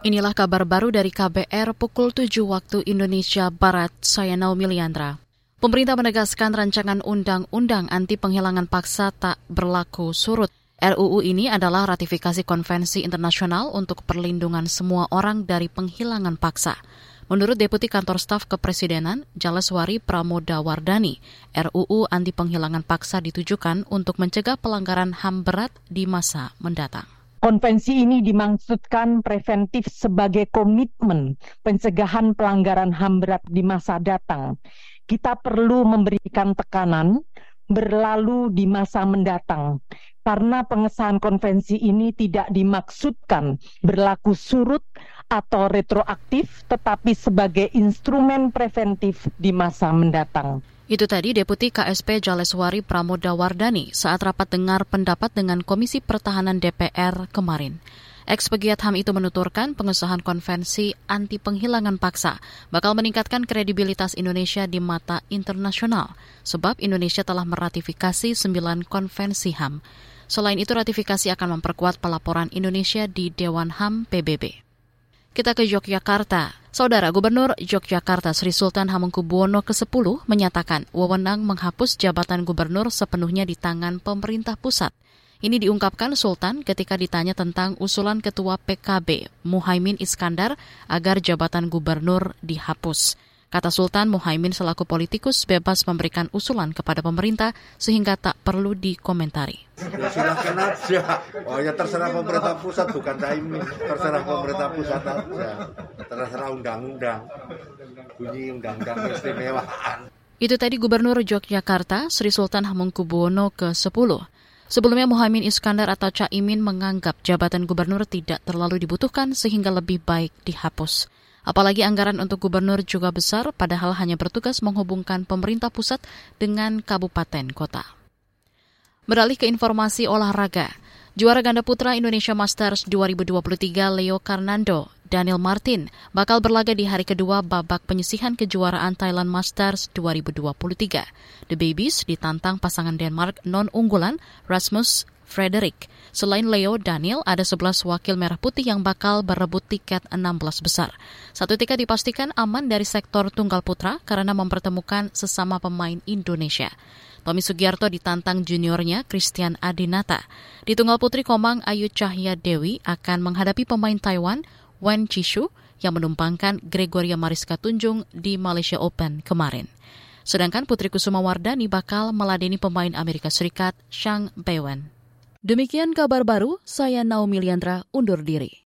Inilah kabar baru dari KBR pukul 7 waktu Indonesia Barat, saya Naomi Liandra. Pemerintah menegaskan rancangan undang-undang anti penghilangan paksa tak berlaku surut. RUU ini adalah ratifikasi konvensi internasional untuk perlindungan semua orang dari penghilangan paksa. Menurut Deputi Kantor Staf Kepresidenan, Jaleswari Pramodawardhani, RUU anti penghilangan paksa ditujukan untuk mencegah pelanggaran HAM berat di masa mendatang. Konvensi ini dimaksudkan preventif sebagai komitmen pencegahan pelanggaran HAM berat di masa datang. Kita perlu memberikan tekanan berlalu di masa mendatang, karena pengesahan konvensi ini tidak dimaksudkan berlaku surut atau retroaktif, tetapi sebagai instrumen preventif di masa mendatang. Itu tadi Deputi KSP Jaleswari Pramodawardhani saat rapat dengar pendapat dengan Komisi Pertahanan DPR kemarin. Ex-pegiat HAM itu menuturkan pengesahan konvensi anti penghilangan paksa bakal meningkatkan kredibilitas Indonesia di mata internasional, sebab Indonesia telah meratifikasi 9 konvensi HAM. Selain itu, ratifikasi akan memperkuat pelaporan Indonesia di Dewan HAM PBB. Kita ke Yogyakarta. Saudara Gubernur Yogyakarta Sri Sultan Hamengkubuwono ke-10 menyatakan wewenang menghapus jabatan gubernur sepenuhnya di tangan pemerintah pusat. Ini diungkapkan Sultan ketika ditanya tentang usulan Ketua PKB Muhaimin Iskandar agar jabatan gubernur dihapus. Kata Sultan, Muhaimin selaku politikus bebas memberikan usulan kepada pemerintah sehingga tak perlu dikomentari. Ya silakan aja. Oh ya terserah pemerintah pusat, bukan Caimin. Terserah pemerintah pusat aja. Terserah undang-undang. Bunyi undang-undang keistimewaan. Itu tadi Gubernur Yogyakarta Sri Sultan Hamengkubuwono ke-10. Sebelumnya Muhaimin Iskandar atau Caimin menganggap jabatan gubernur tidak terlalu dibutuhkan sehingga lebih baik dihapus. Apalagi anggaran untuk gubernur juga besar, padahal hanya bertugas menghubungkan pemerintah pusat dengan kabupaten kota. Beralih ke informasi olahraga. Juara ganda putra Indonesia Masters 2023 Leo Karnando, Daniel Martin, bakal berlaga di hari kedua babak penyisihan kejuaraan Thailand Masters 2023. The Babies ditantang pasangan Denmark non-unggulan Rasmus Frederik. Selain Leo, Daniel, ada 11 wakil merah putih yang bakal berebut tiket 16 besar. Satu tiket dipastikan aman dari sektor tunggal putra karena mempertemukan sesama pemain Indonesia. Tommy Sugiarto ditantang juniornya Christian Adinata. Di tunggal putri Komang, Ayu Cahya Dewi akan menghadapi pemain Taiwan Wen Chishu yang menumpangkan Gregoria Mariska Tunjung di Malaysia Open kemarin. Sedangkan Putri Kusuma Wardani bakal meladeni pemain Amerika Serikat Zhang Beiwen. Demikian kabar baru, saya Naomi Liandra undur diri.